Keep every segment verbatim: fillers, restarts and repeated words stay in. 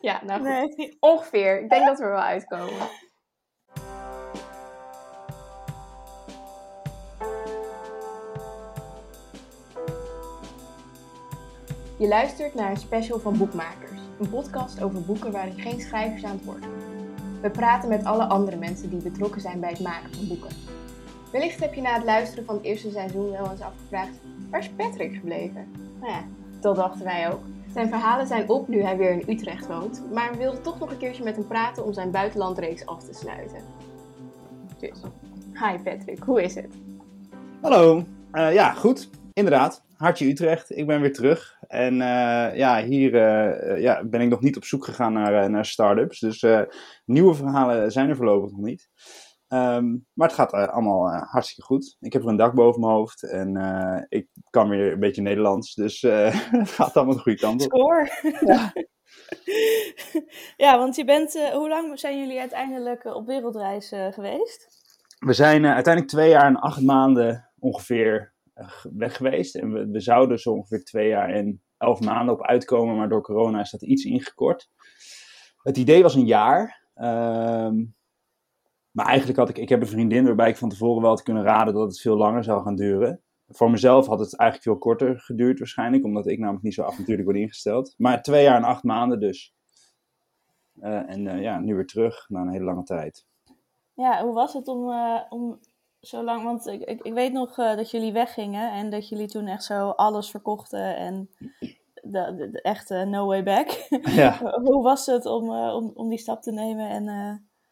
Ja, nou goed. Nee. Ongeveer. Ik denk dat we er wel uitkomen. Je luistert naar een special van Boekmakers. Een podcast over boeken waarin geen schrijvers aan het woord zijn. We praten met alle andere mensen die betrokken zijn bij het maken van boeken. Wellicht heb je na het luisteren van het eerste seizoen wel eens afgevraagd: waar is Patrick gebleven? Nou ja, dat dachten wij ook. Zijn verhalen zijn op nu hij weer in Utrecht woont, maar we wilden toch nog een keertje met hem praten om zijn buitenlandreeks af te sluiten. Dus, hi Patrick, hoe is het? Hallo, uh, ja goed, inderdaad, Hartje Utrecht, ik ben weer terug. En uh, ja, hier uh, ja, ben ik nog niet op zoek gegaan naar, uh, naar start-ups, dus uh, nieuwe verhalen zijn er voorlopig nog niet. Um, maar het gaat uh, allemaal uh, hartstikke goed. Ik heb er een dak boven mijn hoofd en uh, ik kan weer een beetje Nederlands, dus uh, het gaat allemaal de goede kant op. Score! Ja. Ja, want je bent, uh, hoe lang zijn jullie uiteindelijk uh, op wereldreis uh, geweest? We zijn uh, uiteindelijk twee jaar en acht maanden ongeveer uh, weg geweest. En we, we zouden zo ongeveer twee jaar en elf maanden op uitkomen, maar door corona is dat iets ingekort. Het idee was een jaar. Um, maar eigenlijk had ik, ik heb een vriendin waarbij ik van tevoren wel had kunnen raden dat het veel langer zou gaan duren. Voor mezelf had het eigenlijk veel korter geduurd waarschijnlijk, omdat ik namelijk niet zo avontuurlijk word ingesteld. Maar twee jaar en acht maanden dus. Uh, en uh, ja, nu weer terug na een hele lange tijd. Ja, hoe was het om, uh, om zo lang, want ik, ik, ik weet nog uh, dat jullie weggingen en dat jullie toen echt zo alles verkochten en de, de, de echte no way back. Ja. Hoe was het om, uh, om, om die stap te nemen en, uh,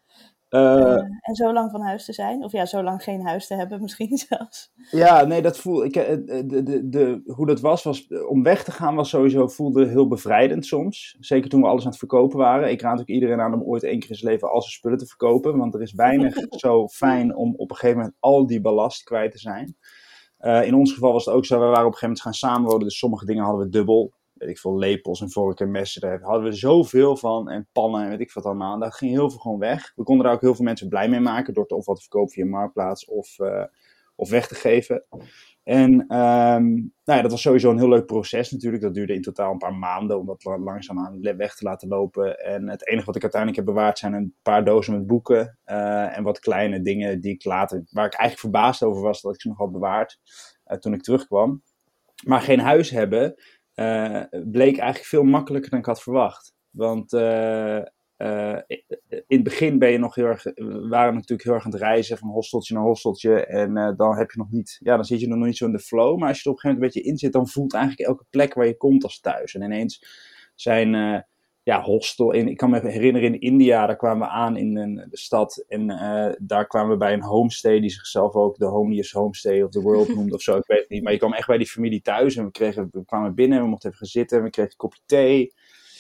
uh, uh, en zo lang van huis te zijn? Of ja, zo lang geen huis te hebben misschien zelfs. Ja, nee, dat voel ik. De, de, de, de, hoe dat was, was, om weg te gaan was sowieso, voelde heel bevrijdend soms. Zeker toen we alles aan het verkopen waren. Ik raad ook iedereen aan om ooit één keer in zijn leven al zijn spullen te verkopen. Want er is weinig zo fijn om op een gegeven moment al die ballast kwijt te zijn. Uh, in ons geval was het ook zo, we waren op een gegeven moment gaan samenwonen. Dus sommige dingen hadden we dubbel. Weet ik veel, lepels en vorken en messen. Daar hadden we zoveel van. En pannen en weet ik wat allemaal. Daar ging heel veel gewoon weg. We konden daar ook heel veel mensen blij mee maken. Door het of wat te verkopen via Marktplaats of... Uh, of weg te geven. En um, nou ja, dat was sowieso een heel leuk proces natuurlijk. Dat duurde in totaal een paar maanden om dat langzaamaan weg te laten lopen. En het enige wat ik uiteindelijk heb bewaard zijn een paar dozen met boeken. Uh, en wat kleine dingen die ik later, waar ik eigenlijk verbaasd over was dat ik ze nog had bewaard uh, toen ik terugkwam. Maar geen huis hebben uh, bleek eigenlijk veel makkelijker dan ik had verwacht. Want... Uh, Uh, in het begin ben je nog heel erg, we waren natuurlijk heel erg aan het reizen van hosteltje naar hosteltje en uh, dan heb je nog niet, ja dan zit je nog niet zo in de flow, maar als je er op een gegeven moment een beetje in zit, dan voelt eigenlijk elke plek waar je komt als thuis. En ineens zijn, uh, ja hostel, in, ik kan me herinneren in India, daar kwamen we aan in een, de stad en uh, daar kwamen we bij een homestay die zichzelf ook de Holiest Homestay of the World noemde of zo, ik weet het niet, maar je kwam echt bij die familie thuis en we, kregen, we kwamen binnen, we mochten even gaan zitten en we kregen een kopje thee.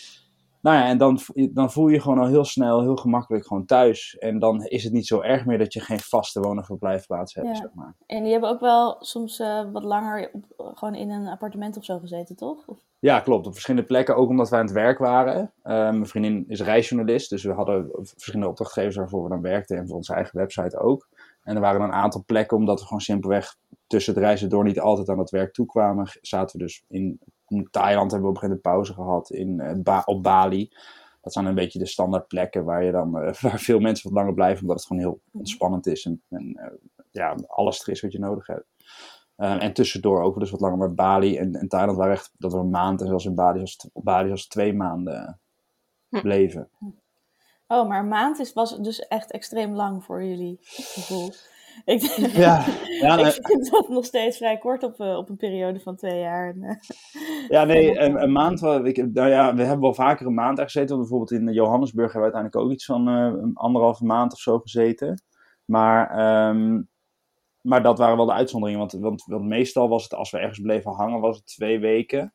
Nou ja, en dan, dan voel je je gewoon al heel snel, heel gemakkelijk gewoon thuis. En dan is het niet zo erg meer dat je geen vaste woon- of verblijfplaats hebt, Ja. zeg maar. En die hebben ook wel soms uh, wat langer op, gewoon in een appartement of zo gezeten, toch? Of... Ja, klopt. Op verschillende plekken, ook omdat wij aan het werk waren. Uh, mijn vriendin is reisjournalist, dus we hadden verschillende opdrachtgevers waarvoor we dan werkten. En voor onze eigen website ook. En er waren een aantal plekken, omdat we gewoon simpelweg tussen het reizen door niet altijd aan het werk toekwamen, zaten we dus in... In Thailand hebben we op een gegeven moment pauze gehad, in, uh, ba- op Bali. Dat zijn een beetje de standaard plekken waar, je dan, uh, waar veel mensen wat langer blijven, omdat het gewoon heel ontspannend is en, en uh, ja, alles er is wat je nodig hebt. Uh, en tussendoor ook dus wat langer, maar Bali en, en Thailand waren echt, dat we een maand en zelfs in Bali als, op Bali als twee maanden bleven. Oh, maar een maand is, was dus echt extreem lang voor jullie gevoel. Ik, ja, ja, nee. ik vind dat nog steeds vrij kort op, uh, op een periode van twee jaar. Ja, nee, een, een maand. Ik, nou ja, we hebben wel vaker een maand daar gezeten. Bijvoorbeeld in Johannesburg hebben we uiteindelijk ook iets van uh, een anderhalve maand of zo gezeten. Maar, um, maar dat waren wel de uitzonderingen. Want, want, want meestal was het, als we ergens bleven hangen, was het twee weken.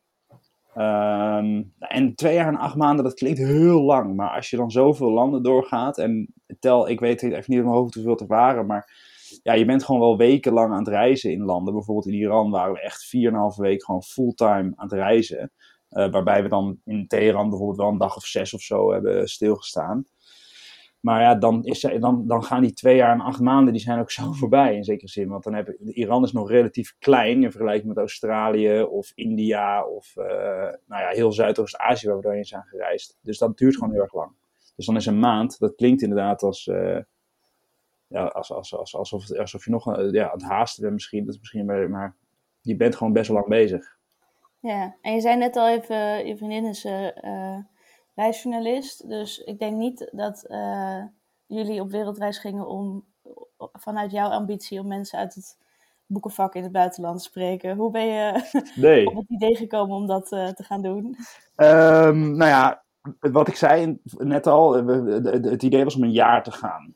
Um, en twee jaar en acht maanden, dat klinkt heel lang. Maar als je dan zoveel landen doorgaat. En tel, ik weet even niet in mijn hoofd hoeveel het er waren, maar... Ja, je bent gewoon wel wekenlang aan het reizen in landen. Bijvoorbeeld in Iran waren we echt vier en een halve week gewoon fulltime aan het reizen. Uh, waarbij we dan in Teheran bijvoorbeeld wel een dag of zes of zo hebben stilgestaan. Maar ja, dan, is, dan, dan gaan die twee jaar en acht maanden, die zijn ook zo voorbij in zekere zin. Want dan heb je, Iran is nog relatief klein in vergelijking met Australië of India of uh, nou ja, heel Zuidoost-Azië waar we doorheen zijn gereisd. Dus dat duurt gewoon heel erg lang. Dus dan is een maand, dat klinkt inderdaad als, uh, ja, als, als, als, alsof, alsof je nog uh, ja, aan het haasten bent misschien. Dat is misschien maar, maar je bent gewoon best wel lang bezig. Ja, en je zei net al even, je vriendin is uh, reisjournalist. Dus ik denk niet dat uh, jullie op wereldreis gingen om vanuit jouw ambitie om mensen uit het boekenvak in het buitenland te spreken. Hoe ben je nee. op het idee gekomen om dat uh, te gaan doen? Um, nou ja, wat ik zei net al, het idee was om een jaar te gaan.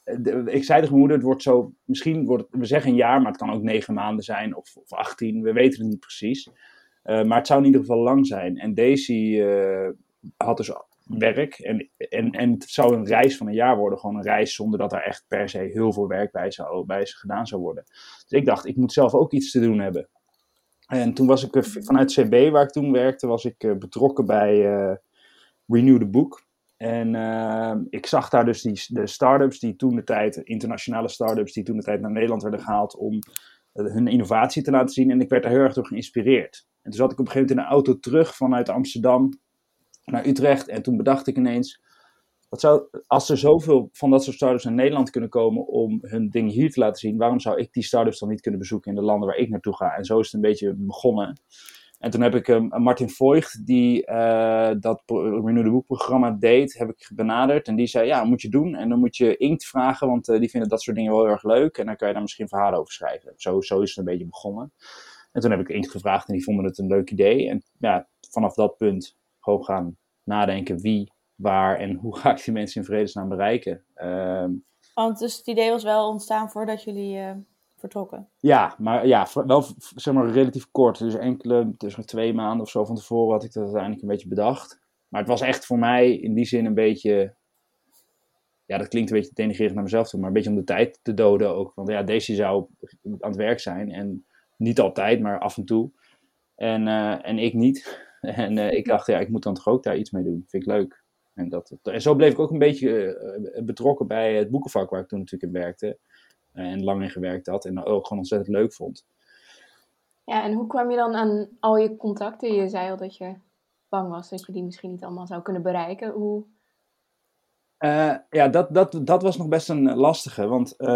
Ik zei tegen mijn moeder, het wordt zo, misschien wordt het, we zeggen een jaar, maar het kan ook negen maanden zijn of, of achttien, we weten het niet precies. Uh, maar het zou in ieder geval lang zijn. En Daisy uh, had dus werk en, en, en het zou een reis van een jaar worden, gewoon een reis zonder dat er echt per se heel veel werk bij, zou, bij ze gedaan zou worden. Dus ik dacht, ik moet zelf ook iets te doen hebben. En toen was ik uh, vanuit C B, waar ik toen werkte, was ik uh, betrokken bij uh, Renew the Book. En uh, ik zag daar dus die, de start-ups die toen de tijd, internationale start-ups die toen de tijd naar Nederland werden gehaald om uh, hun innovatie te laten zien. En ik werd daar heel erg door geïnspireerd. En toen zat ik op een gegeven moment in een auto terug vanuit Amsterdam naar Utrecht. En toen bedacht ik ineens, wat zou, als er zoveel van dat soort start-ups naar Nederland kunnen komen om hun ding hier te laten zien, waarom zou ik die start-ups dan niet kunnen bezoeken in de landen waar ik naartoe ga? En zo is het een beetje begonnen. En toen heb ik um, Martin Voigt, die uh, dat Renew the Book programma deed, heb ik benaderd. En die zei, ja, moet je doen. En dan moet je Inkt vragen, want uh, die vinden dat soort dingen wel heel erg leuk. En dan kan je daar misschien verhalen over schrijven. Zo, zo is het een beetje begonnen. En toen heb ik Inkt gevraagd en die vonden het een leuk idee. En ja, vanaf dat punt gewoon gaan nadenken wie, waar en hoe ga ik die mensen in vredesnaam bereiken. Um, Want dus het idee was wel ontstaan voordat jullie uh, vertrokken? Ja, maar ja, wel zeg maar relatief kort. Dus enkele, dus twee maanden of zo van tevoren had ik dat uiteindelijk een beetje bedacht. Maar het was echt voor mij in die zin een beetje, ja, dat klinkt een beetje denigrerend naar mezelf toe, maar een beetje om de tijd te doden ook. Want ja, Daisy zou aan het werk zijn en niet altijd, maar af en toe. En, uh, en ik niet. En uh, ik dacht, ja, ik moet dan toch ook daar iets mee doen. Vind ik leuk. En, dat, en zo bleef ik ook een beetje uh, betrokken bij het boekenvak waar ik toen natuurlijk in werkte. En lang in gewerkt had. En ook gewoon ontzettend leuk vond. Ja, en hoe kwam je dan aan al je contacten? Je zei al dat je bang was dat je die misschien niet allemaal zou kunnen bereiken. Hoe... Uh, ja, dat, dat, dat was nog best een lastige. Want, uh,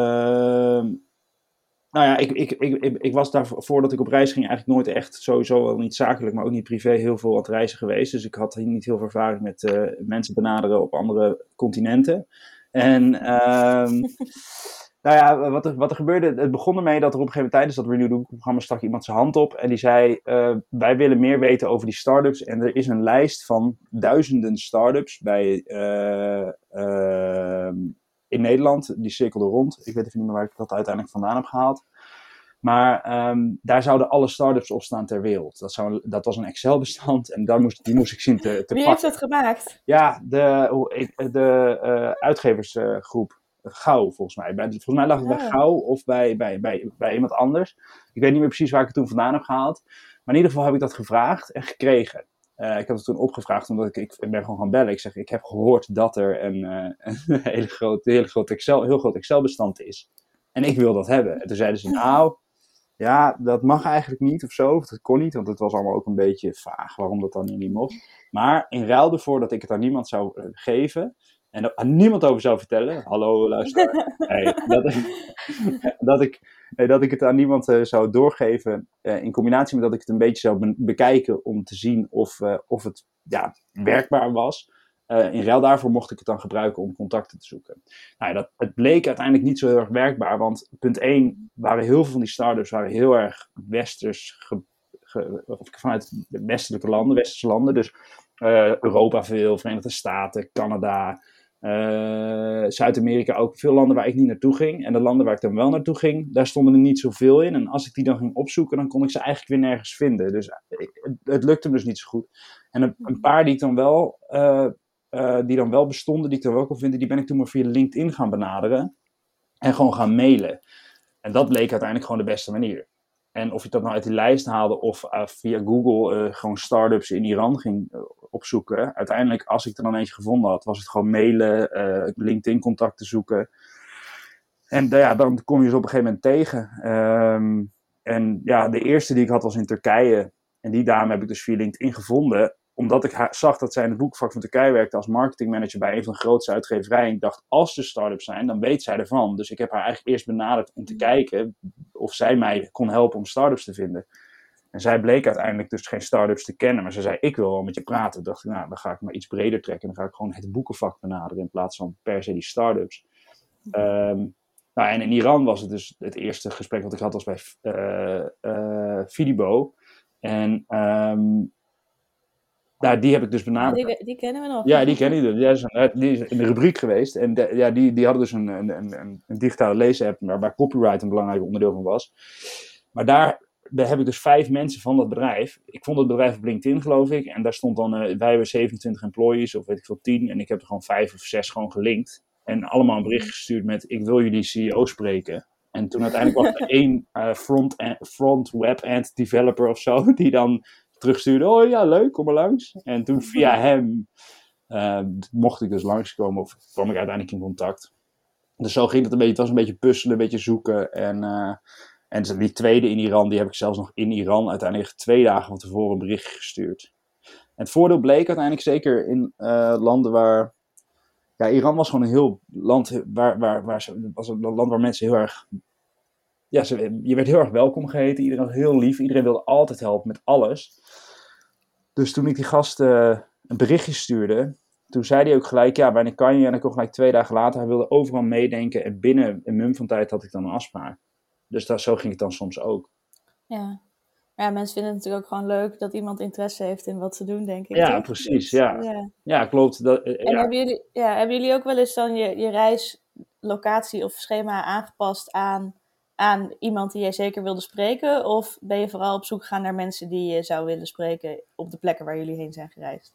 nou ja, ik, ik, ik, ik, ik was daar voordat ik op reis ging eigenlijk nooit echt, sowieso wel niet zakelijk, maar ook niet privé, heel veel aan het reizen geweest. Dus ik had niet heel veel ervaring met uh, mensen benaderen op andere continenten. En... Uh, Nou ja, wat er, wat er gebeurde, het begon ermee dat er op een gegeven moment tijdens dat Renew the Book programma stak iemand zijn hand op en die zei, uh, wij willen meer weten over die start-ups en er is een lijst van duizenden start-ups bij, uh, uh, in Nederland, die cirkelde rond. Ik weet even niet meer waar ik dat uiteindelijk vandaan heb gehaald. Maar um, daar zouden alle start-ups op staan ter wereld. Dat, zou, dat was een Excel-bestand en daar moest, die moest ik zien te, te pakken. Wie heeft dat gemaakt? Ja, de, de uh, uitgeversgroep. Gauw, volgens mij. Bij, volgens mij lag het bij oh. Gauw of bij, bij, bij, bij iemand anders. Ik weet niet meer precies waar ik het toen vandaan heb gehaald. Maar in ieder geval heb ik dat gevraagd en gekregen. Uh, ik had het toen opgevraagd omdat ik, ik, ik ben gewoon gaan bellen. Ik zeg, ik heb gehoord dat er een, uh, een hele groot, hele groot Excel, heel groot Excel-bestand is. En ik wil dat hebben. En toen zeiden ze, nou, ja, dat mag eigenlijk niet of zo. Of dat kon niet, want het was allemaal ook een beetje vaag waarom dat dan niet mocht. Maar in ruil ervoor dat ik het aan niemand zou uh, geven... En er aan niemand over zou vertellen. Hallo, luister. Nee, dat, dat, ik, nee, dat ik het aan niemand uh, zou doorgeven. Uh, in combinatie met dat ik het een beetje zou be- bekijken. Om te zien of, uh, of het ja, werkbaar was. Uh, in ruil daarvoor mocht ik het dan gebruiken om contacten te zoeken. Nou ja, dat, het bleek uiteindelijk niet zo heel erg werkbaar. Want punt één, waren heel veel van die start-ups waren heel erg westers. Ge, ge, vanuit de westelijke landen, westerse landen. Dus uh, Europa veel, Verenigde Staten, Canada... Uh, Zuid-Amerika ook, veel landen waar ik niet naartoe ging. En de landen waar ik dan wel naartoe ging, daar stonden er niet zoveel in. En als ik die dan ging opzoeken, dan kon ik ze eigenlijk weer nergens vinden. Dus het, het lukte me dus niet zo goed. En een, een paar die ik dan wel, uh, uh, die dan wel bestonden, die ik dan wel kon vinden, die ben ik toen maar via LinkedIn gaan benaderen. En gewoon gaan mailen. En dat bleek uiteindelijk gewoon de beste manier. En of je dat nou uit die lijst haalde of uh, via Google uh, gewoon start-ups in Iran ging uh, opzoeken. Uiteindelijk, als ik er dan eentje gevonden had, was het gewoon mailen, uh, LinkedIn-contacten zoeken. En uh, ja, dan kom je ze op een gegeven moment tegen. Um, en ja, de eerste die ik had was in Turkije. En die dame heb ik dus via LinkedIn gevonden. Omdat ik ha- zag dat zij in het boekenvak van Turkije werkte als marketingmanager bij een van de grootste uitgeverijen. En ik dacht, als er start-ups zijn, dan weet zij ervan. Dus ik heb haar eigenlijk eerst benaderd om te kijken of zij mij kon helpen om start-ups te vinden. En zij bleek uiteindelijk dus geen start-ups te kennen. Maar ze zei, ik wil wel met je praten. Toen dacht ik, nou, dan ga ik maar iets breder trekken. Dan ga ik gewoon het boekenvak benaderen in plaats van per se die start-ups. Um, nou, en in Iran was het dus het eerste gesprek wat ik had was bij uh, uh, Fidibo. En um, nou, die heb ik dus benaderd. Ja, die, die kennen we nog. Ja, die ken ik dus. Die is, die is in de rubriek geweest. En de, ja, die, die hadden dus een, een, een, een digitale lees-app waarbij copyright een belangrijk onderdeel van was. Maar daar, daar heb ik dus vijf mensen van dat bedrijf. Ik vond het bedrijf op LinkedIn, geloof ik. En daar stond dan, uh, wij hebben zevenentwintig employees of weet ik veel, tien. En ik heb er gewoon vijf of zes gewoon gelinkt. En allemaal een bericht gestuurd met, ik wil jullie C E O spreken. En toen uiteindelijk was er één uh, front, front web-end developer of zo, die dan terugstuurde, oh ja, leuk, kom maar langs. En toen via hem uh, mocht ik dus langskomen of kwam ik uiteindelijk in contact. Dus zo ging het een beetje, het was een beetje puzzelen, een beetje zoeken. En, uh, en die tweede in Iran, die heb ik zelfs nog in Iran uiteindelijk twee dagen van tevoren een bericht gestuurd. En het voordeel bleek uiteindelijk zeker in uh, landen waar... Ja, Iran was gewoon een heel land waar, waar, waar, was een land waar mensen heel erg... Ja, ze, je werd heel erg welkom geheten. Iedereen was heel lief. Iedereen wilde altijd helpen met alles. Dus toen ik die gast uh, een berichtje stuurde, toen zei hij ook gelijk, ja, wanneer kan je? En dan kwam gelijk twee dagen later. Hij wilde overal meedenken. En binnen een mum van tijd had ik dan een afspraak. Dus dat, zo ging het dan soms ook. Ja. Ja, mensen vinden het natuurlijk ook gewoon leuk dat iemand interesse heeft in wat ze doen, denk ik. Ja, toch? precies. Dus, Ja. ja. ja, klopt. Dat, uh, en ja. hebben, jullie, ja, hebben jullie ook wel eens dan je, je reislocatie of schema aangepast aan, aan iemand die jij zeker wilde spreken? Of ben je vooral op zoek gegaan naar mensen die je zou willen spreken op de plekken waar jullie heen zijn gereisd?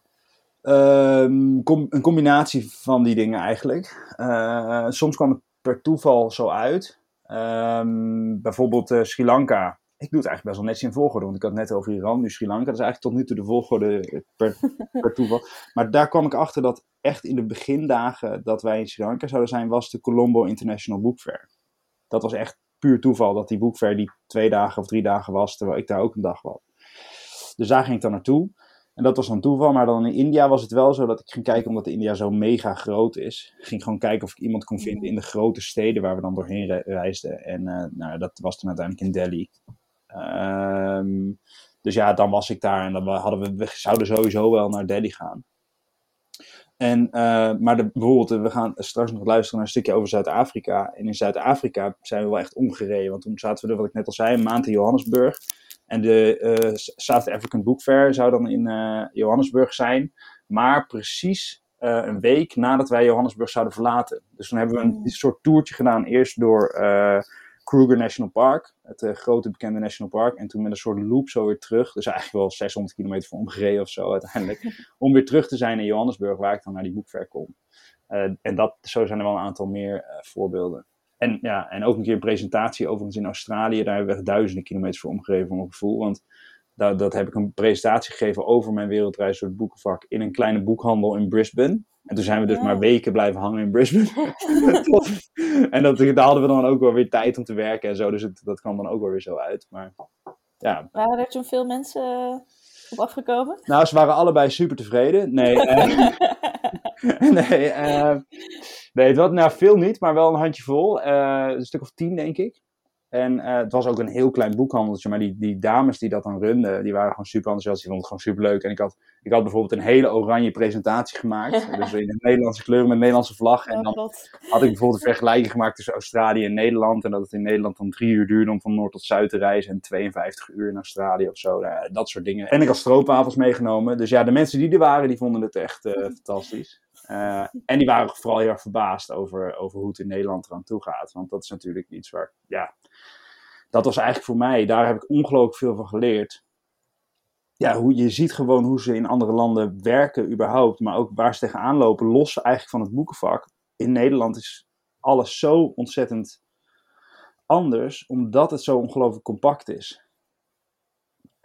Um, com- een combinatie van die dingen eigenlijk. Uh, soms kwam het per toeval zo uit. Um, bijvoorbeeld uh, Sri Lanka. Ik doe het eigenlijk best wel netjes in volgorde, want ik had het net over Iran, nu Sri Lanka. Dat is eigenlijk tot nu toe de volgorde per, per toeval. Maar daar kwam ik achter dat echt in de begindagen dat wij in Sri Lanka zouden zijn, was de Colombo International Book Fair. Dat was echt puur toeval dat die book fair die twee dagen of drie dagen was, terwijl ik daar ook een dag was. Dus daar ging ik dan naartoe. En dat was dan toeval, maar dan in India was het wel zo dat ik ging kijken, omdat India zo mega groot is. Ik ging gewoon kijken of ik iemand kon vinden in de grote steden waar we dan doorheen re- reisden. En uh, nou, dat was toen uiteindelijk in Delhi. Um, dus ja, dan was ik daar en dan hadden we, we zouden sowieso wel naar Delhi gaan. En, uh, maar de, bijvoorbeeld, we gaan straks nog luisteren naar een stukje over Zuid-Afrika. En in Zuid-Afrika zijn we wel echt omgereden, want toen zaten we er, wat ik net al zei, een maand in Johannesburg. En de uh, South African Book Fair zou dan in uh, Johannesburg zijn. Maar precies uh, een week nadat wij Johannesburg zouden verlaten. Dus toen hebben we een, een soort toertje gedaan. Eerst door uh, Kruger National Park. Het uh, grote bekende National Park. En toen met een soort loop zo weer terug. Dus eigenlijk wel zeshonderd kilometer voor omgereden of zo uiteindelijk. Om weer terug te zijn in Johannesburg waar ik dan naar die Book Fair kom. Uh, en dat, zo zijn er wel een aantal meer uh, voorbeelden. En, ja, en ook een keer een presentatie overigens in Australië. Daar hebben we echt duizenden kilometers voor omgereden voor mijn gevoel. Want dat, dat heb ik een presentatie gegeven over mijn wereldreis door het boekenvak in een kleine boekhandel in Brisbane. En toen zijn we dus ja. maar weken blijven hangen in Brisbane. En dat, daar hadden we dan ook wel weer tijd om te werken en zo. Dus het, dat kwam dan ook wel weer zo uit. Maar, ja. Waren er toen veel mensen op afgekomen? Nou, ze waren allebei super tevreden. Nee, uh, nee, uh, nee, het was nou veel niet, maar wel een handjevol. Uh, een stuk of tien, denk ik. En uh, het was ook een heel klein boekhandeltje, maar die, die dames die dat dan runden, die waren gewoon super enthousiast. Die vonden het gewoon super leuk. En ik had, ik had bijvoorbeeld een hele oranje presentatie gemaakt. Dus in de Nederlandse kleuren met Nederlandse vlag. En dan had ik bijvoorbeeld een vergelijking gemaakt tussen Australië en Nederland. En dat het in Nederland dan drie uur duurde om van noord tot zuid te reizen. En tweeënvijftig uur in Australië of zo. Nou, dat soort dingen. En ik had stroopwafels meegenomen. Dus ja, de mensen die er waren, die vonden het echt uh, fantastisch. Uh, en die waren vooral heel erg verbaasd over, over hoe het in Nederland eraan toe gaat. Want dat is natuurlijk iets waar, ja, dat was eigenlijk voor mij, daar heb ik ongelooflijk veel van geleerd. Ja, hoe, je ziet gewoon hoe ze in andere landen werken überhaupt, maar ook waar ze tegenaan lopen, los eigenlijk van het boekenvak. In Nederland is alles zo ontzettend anders, omdat het zo ongelooflijk compact is.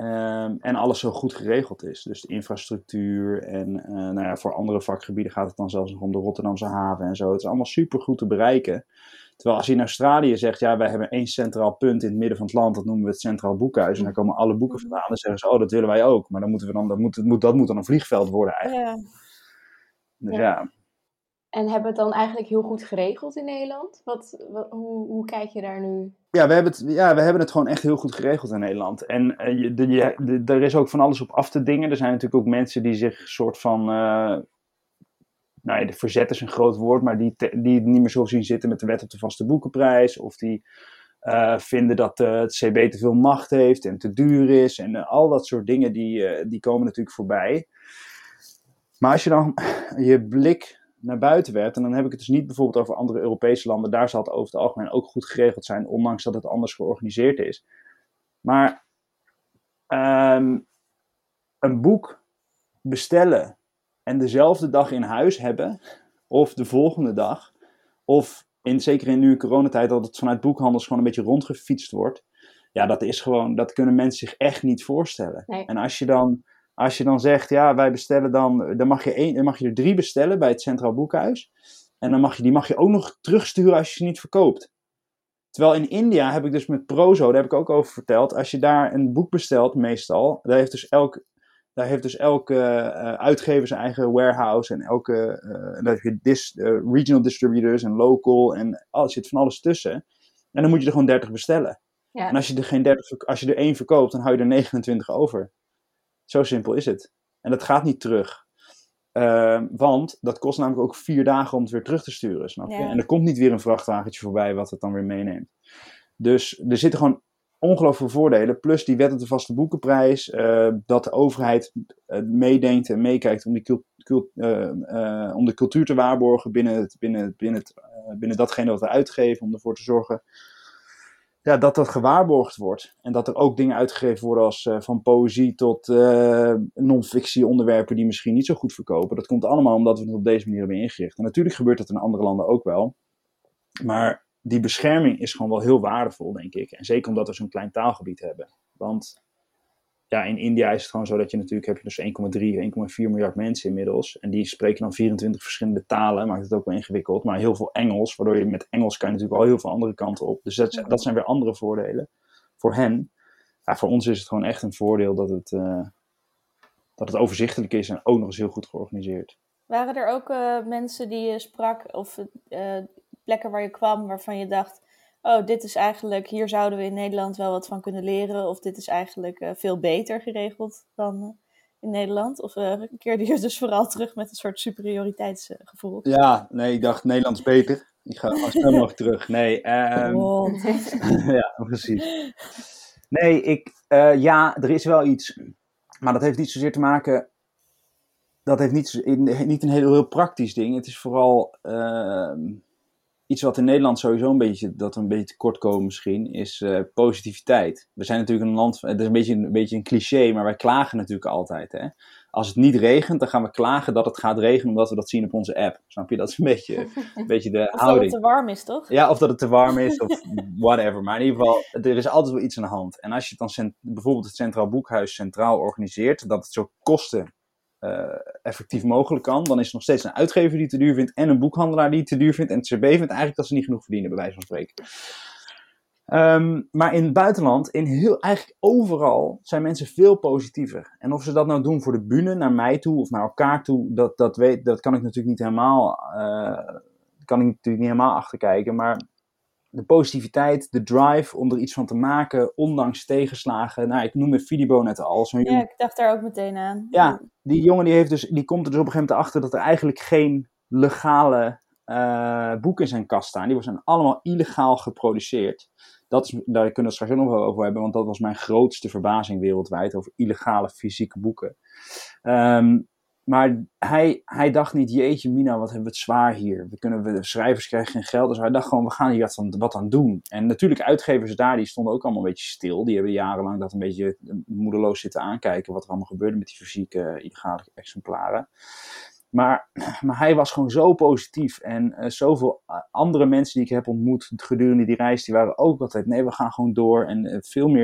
Um, en alles zo goed geregeld is. Dus de infrastructuur en uh, nou ja, voor andere vakgebieden gaat het dan zelfs nog om de Rotterdamse haven en zo. Het is allemaal super goed te bereiken. Terwijl als je in Australië zegt, ja, wij hebben één centraal punt in het midden van het land, dat noemen we het Centraal Boekhuis. En daar komen alle boeken vandaan. Dan zeggen ze, oh, dat willen wij ook. Maar dan moeten we dan, dat, moet, dat, moet, dat moet dan een vliegveld worden eigenlijk. Ja. Dus ja. ja. En hebben we het dan eigenlijk heel goed geregeld in Nederland? Wat, wat, hoe, hoe kijk je daar nu? Ja we, hebben het, ja, we hebben het gewoon echt heel goed geregeld in Nederland. En uh, de, de, de, de, er is ook van alles op af te dingen. Er zijn natuurlijk ook mensen die zich soort van... Uh, nou ja, de verzet is een groot woord, maar die, te, die niet meer zo zien zitten met de wet op de vaste boekenprijs. Of die uh, vinden dat uh, het C B te veel macht heeft en te duur is. En uh, al dat soort dingen, die, uh, die komen natuurlijk voorbij. Maar als je dan je blik naar buiten werpt, en dan heb ik het dus niet bijvoorbeeld over andere Europese landen, daar zal het over het algemeen ook goed geregeld zijn, ondanks dat het anders georganiseerd is. Maar um, een boek bestellen en dezelfde dag in huis hebben, of de volgende dag, of in, zeker in nu coronatijd, dat het vanuit boekhandels gewoon een beetje rondgefietst wordt, ja, dat is gewoon, dat kunnen mensen zich echt niet voorstellen. Nee. En als je dan Als je dan zegt, ja, wij bestellen dan, dan mag je, één, dan mag je er drie bestellen bij het Centraal Boekhuis. En dan mag je, die mag je ook nog terugsturen als je ze niet verkoopt. Terwijl in India heb ik dus met Prozo, daar heb ik ook over verteld, als je daar een boek bestelt, meestal, daar heeft dus elk, daar heeft dus elke uh, uitgever zijn eigen warehouse en elke, uh, daar heb je dis, uh, regional distributors en local en er zit van alles tussen. En dan moet je er gewoon dertig bestellen. Ja. En als je er geen dertig, als je er één verkoopt, dan hou je er negenentwintig over. Zo simpel is het. En dat gaat niet terug. Uh, want dat kost namelijk ook vier dagen om het weer terug te sturen, snap je? Ja. En er komt niet weer een vrachtwagentje voorbij wat het dan weer meeneemt. Dus er zitten gewoon ongelooflijk veel voordelen. Plus die wet op de vaste boekenprijs. Uh, dat de overheid uh, meedenkt en meekijkt om, die cult, cult, uh, uh, om de cultuur te waarborgen binnen, het, binnen, binnen, het, uh, binnen datgene wat we uitgeven. Om ervoor te zorgen ja, dat dat gewaarborgd wordt. En dat er ook dingen uitgegeven worden als uh, van poëzie tot uh, non-fictie onderwerpen die misschien niet zo goed verkopen. Dat komt allemaal omdat we het op deze manier hebben ingericht. En natuurlijk gebeurt dat in andere landen ook wel. Maar die bescherming is gewoon wel heel waardevol, denk ik. En zeker omdat we zo'n klein taalgebied hebben. Want ja, in India is het gewoon zo dat je natuurlijk heb je dus één komma drie, één komma vier miljard mensen inmiddels. En die spreken dan vierentwintig verschillende talen, maakt het ook wel ingewikkeld. Maar heel veel Engels, waardoor je met Engels kan je natuurlijk al heel veel andere kanten op. Dus dat, dat zijn weer andere voordelen voor hen. Ja, voor ons is het gewoon echt een voordeel dat het, uh, dat het overzichtelijk is en ook nog eens heel goed georganiseerd. Waren er ook uh, mensen die je sprak of uh, plekken waar je kwam waarvan je dacht, oh, dit is eigenlijk, hier zouden we in Nederland wel wat van kunnen leren, of dit is eigenlijk uh, veel beter geregeld dan uh, in Nederland? Of uh, keerde je dus vooral terug met een soort superioriteitsgevoel? Ja, nee, ik dacht Nederland is beter. Ik ga als snel mogelijk terug. Nee, um... oh. ja, precies. Nee, ik, uh, ja, er is wel iets, maar dat heeft niet zozeer te maken, dat heeft niet, niet een heel, heel praktisch ding. Het is vooral uh, iets wat in Nederland sowieso een beetje, dat we een beetje tekort komen misschien, is uh, positiviteit. We zijn natuurlijk een land, het is een beetje, een beetje een cliché, maar wij klagen natuurlijk altijd. Hè? Als het niet regent, dan gaan we klagen dat het gaat regenen, omdat we dat zien op onze app. Snap je? Dat is een beetje, een beetje de of houding. Of dat het te warm is, toch? Ja, of dat het te warm is, of whatever. Maar in ieder geval, er is altijd wel iets aan de hand. En als je het dan cent- bijvoorbeeld het Centraal Boekhuis centraal organiseert, dat het zo kosten Uh, effectief mogelijk kan, dan is er nog steeds een uitgever die het te duur vindt en een boekhandelaar die het te duur vindt en het C B vindt eigenlijk dat ze niet genoeg verdienen, bij wijze van spreken. Um, maar in het buitenland, in heel, eigenlijk overal, zijn mensen veel positiever. En of ze dat nou doen voor de bühne, naar mij toe of naar elkaar toe, dat, dat, weet, dat kan ik natuurlijk niet helemaal, uh, kan ik natuurlijk niet helemaal achterkijken, maar de positiviteit, de drive om er iets van te maken, ondanks tegenslagen. Nou, ik noemde Fidibo net al. Zo'n ja, jongen... ik dacht daar ook meteen aan. Ja, die jongen die, heeft dus, die komt er dus op een gegeven moment achter dat er eigenlijk geen legale uh, boeken in zijn kast staan. Die zijn allemaal illegaal geproduceerd. Dat is, daar kunnen we het straks ook nog wel over hebben, want dat was mijn grootste verbazing wereldwijd, over illegale fysieke boeken. Um, Maar hij, hij dacht niet, jeetje mina, wat hebben we het zwaar hier. We kunnen, we, de schrijvers krijgen geen geld. Dus hij dacht gewoon, we gaan hier wat aan, wat aan doen. En natuurlijk, uitgevers daar, die stonden ook allemaal een beetje stil. Die hebben jarenlang dat een beetje moedeloos zitten aankijken. Wat er allemaal gebeurde met die fysieke uh, illegale exemplaren. Maar, maar hij was gewoon zo positief. En uh, zoveel andere mensen die ik heb ontmoet gedurende die reis, die waren ook altijd, nee, we gaan gewoon door. En uh, veel meer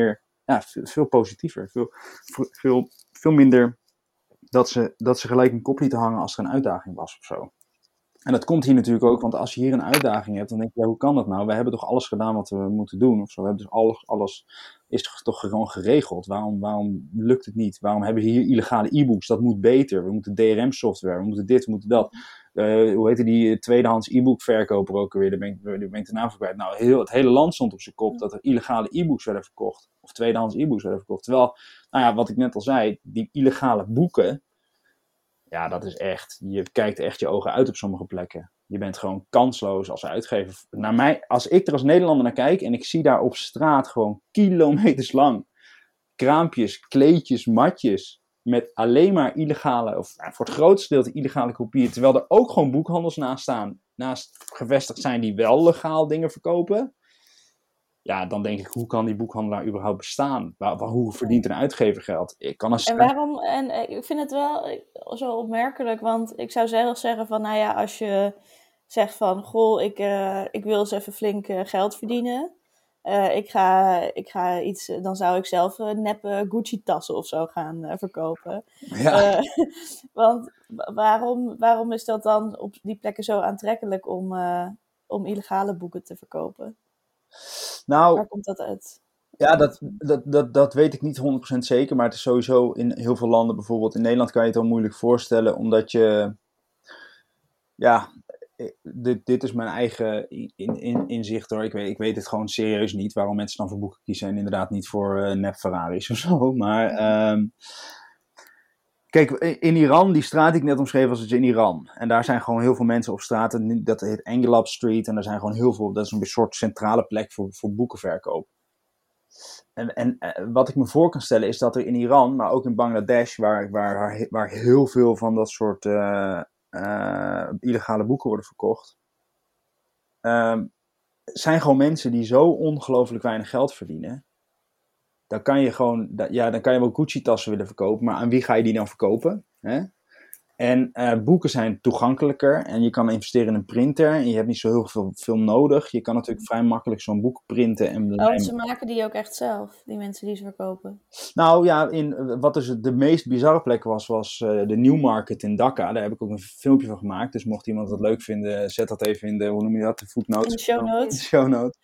ja, veel, veel positiever. Veel, veel, veel minder dat ze, dat ze gelijk een kop lieten hangen als er een uitdaging was of zo. En dat komt hier natuurlijk ook, want als je hier een uitdaging hebt, dan denk je, ja, hoe kan dat nou? We hebben toch alles gedaan wat we moeten doen of zo. We hebben dus alles, alles is toch, toch gewoon geregeld. Waarom, waarom lukt het niet? Waarom hebben we hier illegale e-books? Dat moet beter. We moeten D R M-software, we moeten dit, we moeten dat. Uh, hoe heette die tweedehands e-book verkoper ook alweer? Daar ben ik, daar ben ik de naam voor kwijt. Nou, heel, het hele land stond op zijn kop dat er illegale e-books werden verkocht. Of tweedehands e-books werden verkocht. Terwijl, nou ja, wat ik net al zei, die illegale boeken, ja, dat is echt, je kijkt echt je ogen uit op sommige plekken. Je bent gewoon kansloos als uitgever. Naar mij, als ik er als Nederlander naar kijk en ik zie daar op straat gewoon kilometers lang kraampjes, kleedjes, matjes met alleen maar illegale, of nou, voor het grootste deel illegale kopieën, terwijl er ook gewoon boekhandels naast staan, naast gevestigd zijn die wel legaal dingen verkopen. Ja, dan denk ik, hoe kan die boekhandelaar überhaupt bestaan? Waar, waar, hoe verdient een uitgever geld? Ik kan als... En waarom, en ik vind het wel zo opmerkelijk, want ik zou zelf zeggen van, nou ja, als je zegt van, goh, ik, uh, ik wil eens even flink uh, geld verdienen. Uh, ik, ga, ik ga iets, dan zou ik zelf uh, neppe Gucci-tassen of zo gaan uh, verkopen. Ja. Uh, want waarom, waarom is dat dan op die plekken zo aantrekkelijk om, uh, om illegale boeken te verkopen? Nou, waar komt dat uit? Ja, dat, dat, dat, dat weet ik niet honderd procent zeker, maar het is sowieso in heel veel landen, bijvoorbeeld in Nederland kan je het al moeilijk voorstellen, omdat je, ja, dit, dit is mijn eigen in, in, inzicht hoor, ik weet, ik weet het gewoon serieus niet, waarom mensen dan voor boeken kiezen en inderdaad niet voor uh, nep Ferraris of zo, maar um, kijk, in Iran, die straat die ik net omschreef was het in Iran. En daar zijn gewoon heel veel mensen op straat. Dat heet Engelab Street. En daar zijn gewoon heel veel, dat is een soort centrale plek voor, voor boekenverkoop. En, en wat ik me voor kan stellen is dat er in Iran, maar ook in Bangladesh, waar, waar, waar heel veel van dat soort uh, uh, illegale boeken worden verkocht, uh, zijn gewoon mensen die zo ongelooflijk weinig geld verdienen. Dan kan je gewoon, ja, dan kan je wel Gucci-tassen willen verkopen, maar aan wie ga je die dan verkopen? Hè? En uh, boeken zijn toegankelijker en je kan investeren in een printer en je hebt niet zo heel veel, veel nodig. Je kan natuurlijk vrij makkelijk zo'n boek printen. En oh, ze maken die ook echt zelf, die mensen die ze verkopen? Nou ja, in, wat dus de meest bizarre plek was, was uh, de Newmarket in Dhaka. Daar heb ik ook een filmpje van gemaakt, dus mocht iemand dat leuk vinden, zet dat even in de, hoe noem je dat, de footnotes. In de show notes. In de show notes.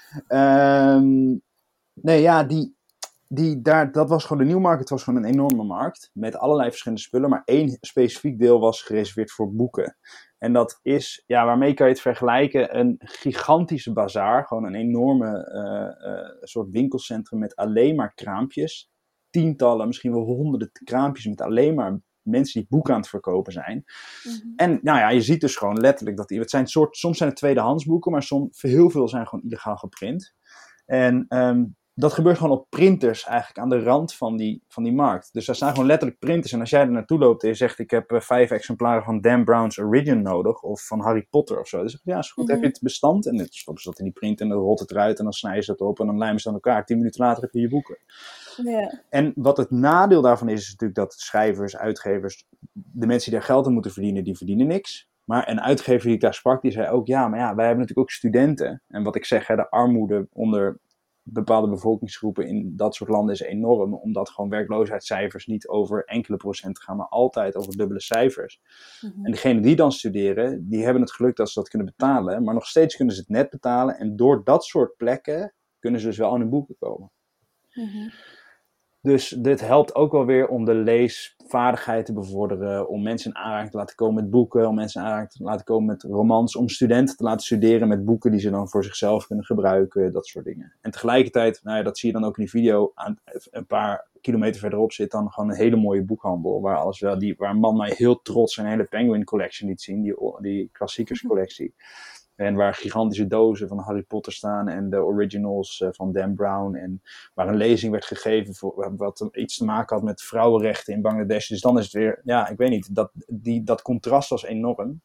Um, nee, ja, die... Die, daar, dat was gewoon, de Newmarket was gewoon een enorme markt met allerlei verschillende spullen, maar één specifiek deel was gereserveerd voor boeken. En dat is, ja, waarmee kan je het vergelijken? Een gigantische bazaar, gewoon een enorme uh, uh, soort winkelcentrum met alleen maar kraampjes. Tientallen, misschien wel honderden kraampjes met alleen maar mensen die boeken aan het verkopen zijn. Mm-hmm. En nou ja, je ziet dus gewoon letterlijk dat die, het zijn soort, soms zijn het tweedehands boeken, maar soms, heel veel zijn gewoon illegaal geprint. En um, dat gebeurt gewoon op printers eigenlijk aan de rand van die, van die markt. Dus daar staan gewoon letterlijk printers. En als jij er naartoe loopt en je zegt, ik heb uh, vijf exemplaren van Dan Brown's Origin nodig. Of van Harry Potter of zo. Dan zeg je, ja, is goed. Mm-hmm. Heb je het bestand? En dan stoppen ze dat in die print en dan rolt het eruit. En dan snijden ze dat op en dan lijmen ze aan elkaar. Tien minuten later heb je je boeken. Yeah. En wat het nadeel daarvan is, is natuurlijk dat schrijvers, uitgevers, de mensen die daar geld aan moeten verdienen, die verdienen niks. Maar een uitgever die ik daar sprak, die zei ook, ja, maar ja, wij hebben natuurlijk ook studenten. En wat ik zeg, hè, de armoede onder bepaalde bevolkingsgroepen in dat soort landen is enorm, omdat gewoon werkloosheidscijfers niet over enkele procent gaan, maar altijd over dubbele cijfers. Mm-hmm. En degenen die dan studeren, die hebben het geluk dat ze dat kunnen betalen, maar nog steeds kunnen ze het net betalen en door dat soort plekken kunnen ze dus wel aan hun boeken komen. Mm-hmm. Dus dit helpt ook wel weer om de leesvaardigheid te bevorderen, om mensen in aanraking te laten komen met boeken, om mensen in aanraking te laten komen met romans, om studenten te laten studeren met boeken die ze dan voor zichzelf kunnen gebruiken, dat soort dingen. En tegelijkertijd, nou ja, dat zie je dan ook in die video, aan, een paar kilometer verderop zit dan gewoon een hele mooie boekhandel, waar, alles wel die, waar een man mij heel trots zijn hele Penguin Collection liet zien, die, die klassiekerscollectie. En waar gigantische dozen van Harry Potter staan en de originals uh, van Dan Brown. En waar een lezing werd gegeven voor, wat iets te maken had met vrouwenrechten in Bangladesh. Dus dan is het weer, ja, ik weet niet, dat, die, dat contrast was enorm.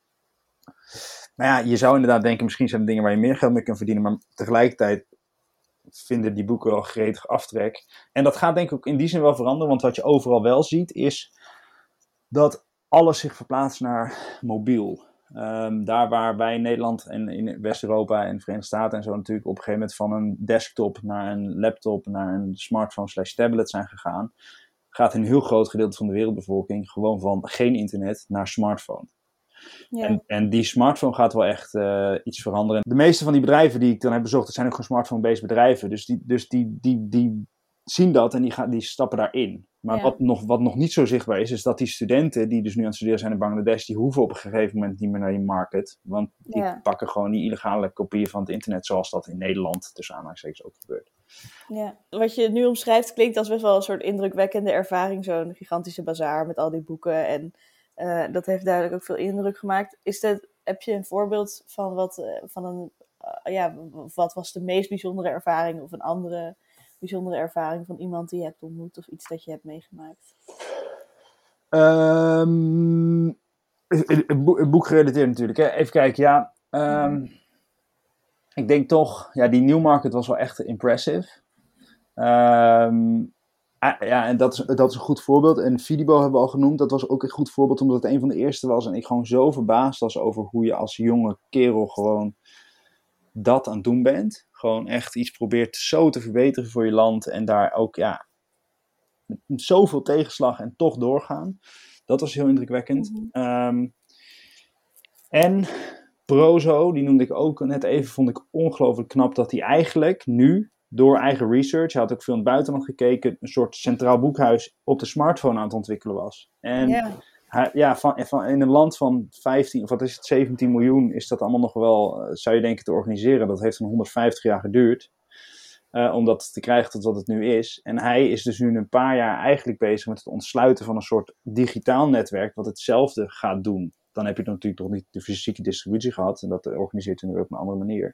Maar ja, je zou inderdaad denken, misschien zijn er dingen waar je meer geld mee kunt verdienen. Maar tegelijkertijd vinden die boeken wel gretig aftrek. En dat gaat denk ik ook in die zin wel veranderen. Want wat je overal wel ziet is dat alles zich verplaatst naar mobiel. Um, daar waar wij in Nederland en in West-Europa en de Verenigde Staten en zo natuurlijk op een gegeven moment van een desktop naar een laptop, naar een smartphone slash tablet zijn gegaan, gaat een heel groot gedeelte van de wereldbevolking gewoon van geen internet naar smartphone. Ja. En, en die smartphone gaat wel echt uh, iets veranderen. De meeste van die bedrijven die ik dan heb bezocht, dat zijn ook gewoon smartphone-based bedrijven. Dus die, dus die, die, die zien dat en die, gaan, die stappen daarin. Maar ja. wat, nog, wat nog niet zo zichtbaar is, is dat die studenten die dus nu aan het studeren zijn in Bangladesh, die hoeven op een gegeven moment niet meer naar die market. Want die ja. pakken gewoon die illegale kopieën van het internet, zoals dat in Nederland tussen aanhalingstekens ook gebeurt. Ja, wat je nu omschrijft klinkt als best wel een soort indrukwekkende ervaring. Zo'n gigantische bazaar met al die boeken. En uh, dat heeft duidelijk ook veel indruk gemaakt. Is dat, heb je een voorbeeld van wat, uh, van een, uh, ja, wat was de meest bijzondere ervaring of een andere bijzondere ervaring van iemand die je hebt ontmoet of iets dat je hebt meegemaakt? Um, het boek gerelateerd natuurlijk. Hè? Even kijken, ja. Um, mm-hmm. Ik denk toch, ja, die Newmarket was wel echt impressive. Um, ja, en dat is, dat is een goed voorbeeld. En Fidibo hebben we al genoemd. Dat was ook een goed voorbeeld, omdat het een van de eerste was. En ik gewoon zo verbaasd was over hoe je als jonge kerel gewoon dat aan het doen bent. Gewoon echt iets probeert zo te verbeteren voor je land. En daar ook, ja, met zoveel tegenslag en toch doorgaan. Dat was heel indrukwekkend. Mm-hmm. Um, en Brozo, die noemde ik ook net even, vond ik ongelooflijk knap dat hij eigenlijk nu, door eigen research, hij had ook veel in het buitenland gekeken, een soort centraal boekhuis op de smartphone aan het ontwikkelen was. En yeah. hij, ja, van, van, in een land van vijftien, of wat is het, zeventien miljoen, is dat allemaal nog wel, uh, zou je denken, te organiseren. Dat heeft dan honderdvijftig jaar geduurd. Uh, om dat te krijgen tot wat het nu is. En hij is dus nu een paar jaar eigenlijk bezig met het ontsluiten van een soort digitaal netwerk wat hetzelfde gaat doen. Dan heb je natuurlijk nog niet de fysieke distributie gehad. En dat organiseert hij nu op een andere manier.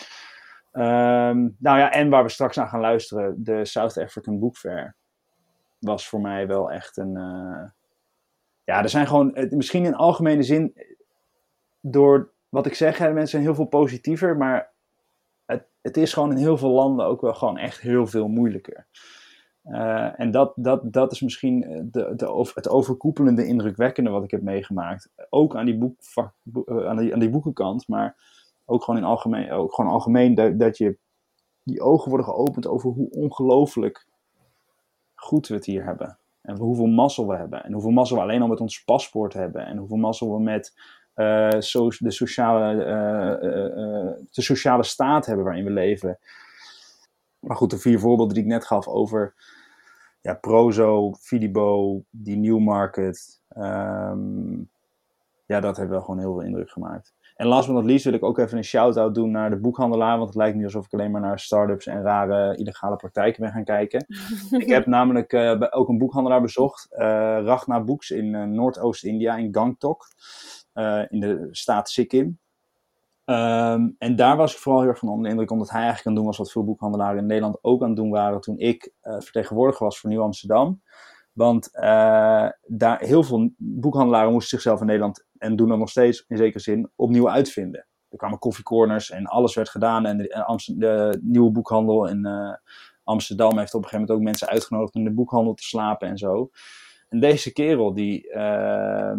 Um, nou ja, en waar we straks aan gaan luisteren, de South African Book Fair was voor mij wel echt een... Uh, ja, er zijn gewoon, uh, misschien in algemene zin, door wat ik zeg, hè, mensen zijn heel veel positiever, maar Het, het is gewoon in heel veel landen ook wel gewoon echt heel veel moeilijker. Uh, en dat, dat, dat is misschien de, de, het overkoepelende indrukwekkende wat ik heb meegemaakt. Ook aan die, boekvak, aan die, aan die boekenkant, maar ook gewoon in algemeen, ook gewoon algemeen dat, dat je die ogen worden geopend over hoe ongelooflijk goed we het hier hebben. En hoeveel mazzel we hebben. En hoeveel mazzel we alleen al met ons paspoort hebben. En hoeveel mazzel we met Uh, so, de, sociale, uh, uh, uh, de sociale staat hebben waarin we leven. Maar goed, de vier voorbeelden die ik net gaf over ja, Brozo, Fidibo, die Newmarket. Um, ja, dat heeft wel gewoon heel veel indruk gemaakt. En last but not least wil ik ook even een shout-out doen naar de boekhandelaar. Want het lijkt nu alsof ik alleen maar naar start-ups en rare illegale praktijken ben gaan kijken. Ik heb namelijk uh, ook een boekhandelaar bezocht. Uh, Ragna Books in uh, Noordoost-India, in Gangtok. Uh, in de staat Sikkim. Um, en daar was ik vooral heel erg van onder de indruk, omdat hij eigenlijk aan het doen was wat veel boekhandelaren in Nederland ook aan het doen waren toen ik uh, vertegenwoordiger was voor Nieuw Amsterdam. Want uh, daar heel veel boekhandelaren moesten zichzelf in Nederland, en doen dat nog steeds in zekere zin, opnieuw uitvinden. Er kwamen koffiecorners en alles werd gedaan. En de, Amst- de nieuwe boekhandel in uh, Amsterdam heeft op een gegeven moment ook mensen uitgenodigd om in de boekhandel te slapen en zo. En deze kerel die... Uh,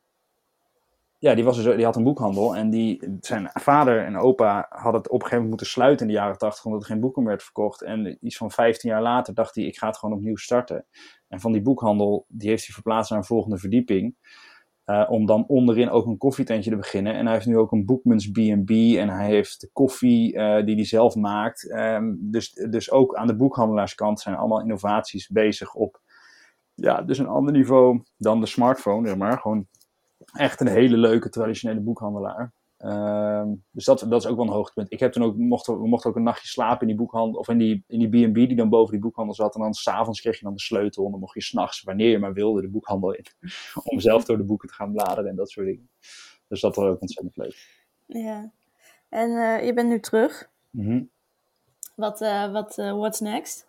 Ja, die, was dus, die had een boekhandel en die, zijn vader en opa hadden het op een gegeven moment moeten sluiten in de jaren tachtig, omdat er geen boeken werd verkocht. En iets van vijftien jaar later dacht hij, ik ga het gewoon opnieuw starten. En van die boekhandel, die heeft hij verplaatst naar een volgende verdieping, uh, om dan onderin ook een koffietentje te beginnen. En hij heeft nu ook een Boekmans B en B en hij heeft de koffie uh, die hij zelf maakt. Um, dus, dus ook aan de boekhandelaarskant zijn allemaal innovaties bezig op, ja, dus een ander niveau dan de smartphone, zeg maar, gewoon... Echt een hele leuke traditionele boekhandelaar. Uh, dus dat, dat is ook wel een hoogtepunt. Ik heb toen ook, mocht, we mochten ook een nachtje slapen in die boekhandel, of in die, in die B en B die dan boven die boekhandel zat. En dan s'avonds kreeg je dan de sleutel. En dan mocht je s'nachts, wanneer je maar wilde, de boekhandel in. Om zelf door de boeken te gaan bladeren en dat soort dingen. Dus dat was ook ontzettend leuk. Ja. En uh, je bent nu terug. Mm-hmm. Wat, uh, wat, uh, what's next?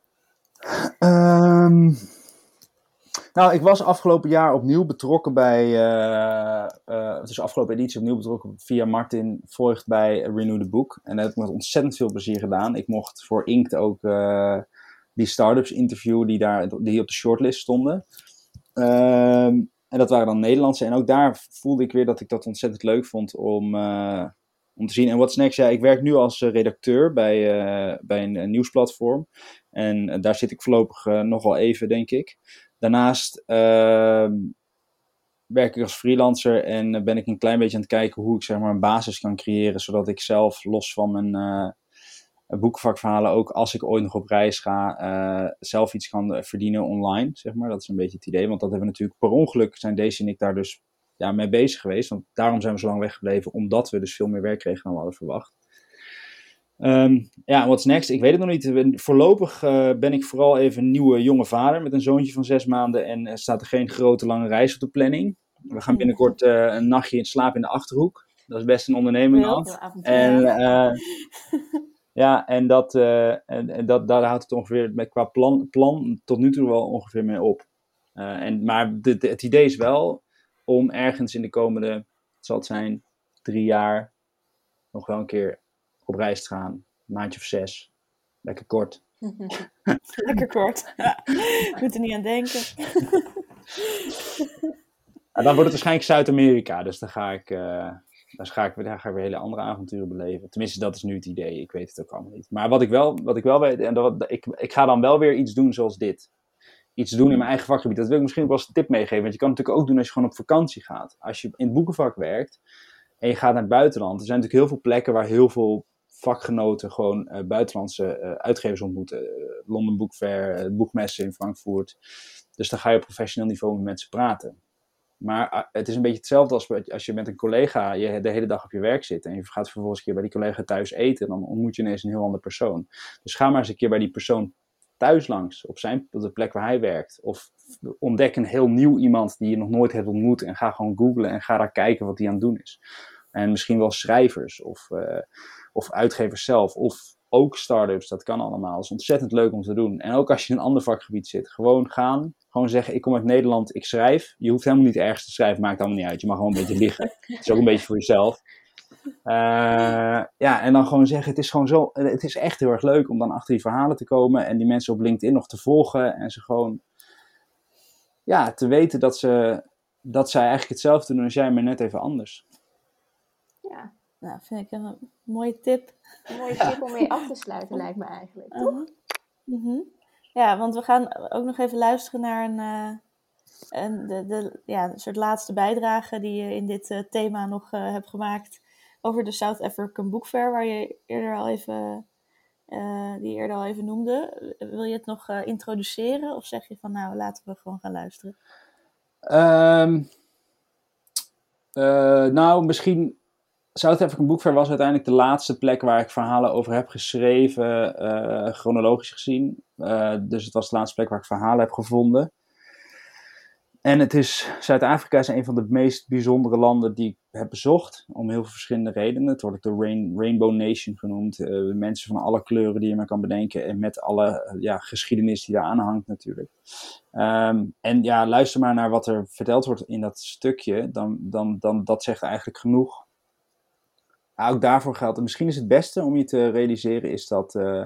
Um... Nou, ik was afgelopen jaar opnieuw betrokken bij, uh, uh, dus afgelopen editie opnieuw betrokken via Martin Voigt bij Renew the Book. En dat heb ik met ontzettend veel plezier gedaan. Ik mocht voor Inkt ook uh, die startups interviewen die, daar, die op de shortlist stonden. Uh, en dat waren dan Nederlandse. En ook daar voelde ik weer dat ik dat ontzettend leuk vond om, uh, om te zien. En What's Next? Ja, ik werk nu als uh, redacteur bij, uh, bij een, een nieuwsplatform. En uh, daar zit ik voorlopig uh, nog wel even, denk ik. Daarnaast uh, werk ik als freelancer en uh, ben ik een klein beetje aan het kijken hoe ik zeg maar een basis kan creëren, zodat ik zelf los van mijn uh, boekenvakverhalen, ook als ik ooit nog op reis ga, uh, zelf iets kan verdienen online, zeg maar. Dat is een beetje het idee, want dat hebben we natuurlijk per ongeluk, zijn Daisy en ik daar dus ja, mee bezig geweest. Want daarom zijn we zo lang weggebleven, omdat we dus veel meer werk kregen dan we hadden verwacht. Um, ja, what's next? Ik weet het nog niet. Voorlopig uh, ben ik vooral even een nieuwe jonge vader met een zoontje van zes maanden en er staat er geen grote lange reis op de planning. We gaan binnenkort uh, een nachtje in slaap in de Achterhoek. Dat is best een onderneming Heel, af. heel avontuur. En uh, ja, en, dat, uh, en, en dat, daar houdt het ongeveer met qua plan, plan tot nu toe wel ongeveer mee op. Uh, en, maar de, de, het idee is wel om ergens in de komende, het zal het zijn, drie jaar nog wel een keer op reis te gaan. Een maandje of zes. Lekker kort. Lekker kort. Ik moet er niet aan denken. Ja, dan wordt het waarschijnlijk Zuid-Amerika. Dus dan ga ik, uh, dan ga ik, daar ga ik weer hele andere avonturen beleven. Tenminste, dat is nu het idee. Ik weet het ook allemaal niet. Maar wat ik wel, wat ik wel weet, en dat, ik, ik ga dan wel weer iets doen zoals dit. Iets doen in mijn eigen vakgebied. Dat wil ik misschien ook wel eens een tip meegeven. Want je kan het natuurlijk ook doen als je gewoon op vakantie gaat. Als je in het boekenvak werkt en je gaat naar het buitenland. Er zijn natuurlijk heel veel plekken waar heel veel vakgenoten gewoon uh, buitenlandse uh, uitgevers ontmoeten. Uh, London Book Fair, uh, boekmessen in Frankfurt. Dus dan ga je op professioneel niveau met mensen praten. Maar uh, het is een beetje hetzelfde als als je met een collega je de hele dag op je werk zit. En je gaat vervolgens een keer bij die collega thuis eten. Dan ontmoet je ineens een heel andere persoon. Dus ga maar eens een keer bij die persoon thuis langs. Op, zijn, op de plek waar hij werkt. Of ontdek een heel nieuw iemand die je nog nooit hebt ontmoet. En ga gewoon googlen en ga daar kijken wat hij aan het doen is. En misschien wel schrijvers of, uh, of uitgevers zelf. Of ook start-ups, dat kan allemaal. Dat is ontzettend leuk om te doen. En ook als je in een ander vakgebied zit. Gewoon gaan. Gewoon zeggen, ik kom uit Nederland, ik schrijf. Je hoeft helemaal niet ergens te schrijven, maakt allemaal niet uit. Je mag gewoon een beetje liggen. Het is ook een beetje voor jezelf. Uh, ja, en dan gewoon zeggen, het is gewoon zo, het is echt heel erg leuk om dan achter die verhalen te komen. En die mensen op LinkedIn nog te volgen. En ze gewoon, ja, te weten dat ze, dat zij eigenlijk hetzelfde doen als jij, maar net even anders. Ja. Nou, vind ik een mooie tip. Een mooie tip om mee af te sluiten, lijkt me eigenlijk, toch? Uh-huh. Uh-huh. Ja, want we gaan ook nog even luisteren naar een, uh, een, de, de, ja, een soort laatste bijdrage die je in dit uh, thema nog uh, hebt gemaakt over de South African Book Fair, waar je eerder al even, uh, die je eerder al even noemde. Wil je het nog uh, introduceren of zeg je van nou, laten we gewoon gaan luisteren? Um, uh, nou, misschien... South African Book Fair was uiteindelijk de laatste plek waar ik verhalen over heb geschreven, uh, chronologisch gezien. Uh, dus het was de laatste plek waar ik verhalen heb gevonden. En het is, Zuid-Afrika is een van de meest bijzondere landen die ik heb bezocht, om heel veel verschillende redenen. Het wordt ook de Rain, Rainbow Nation genoemd. Uh, mensen van alle kleuren die je maar kan bedenken en met alle uh, ja, geschiedenis die daar aan hangt natuurlijk. Um, en ja, luister maar naar wat er verteld wordt in dat stukje, dan, dan, dan dat zegt eigenlijk genoeg. Ja, ook daarvoor geldt, en misschien is het beste om je te realiseren, is dat uh,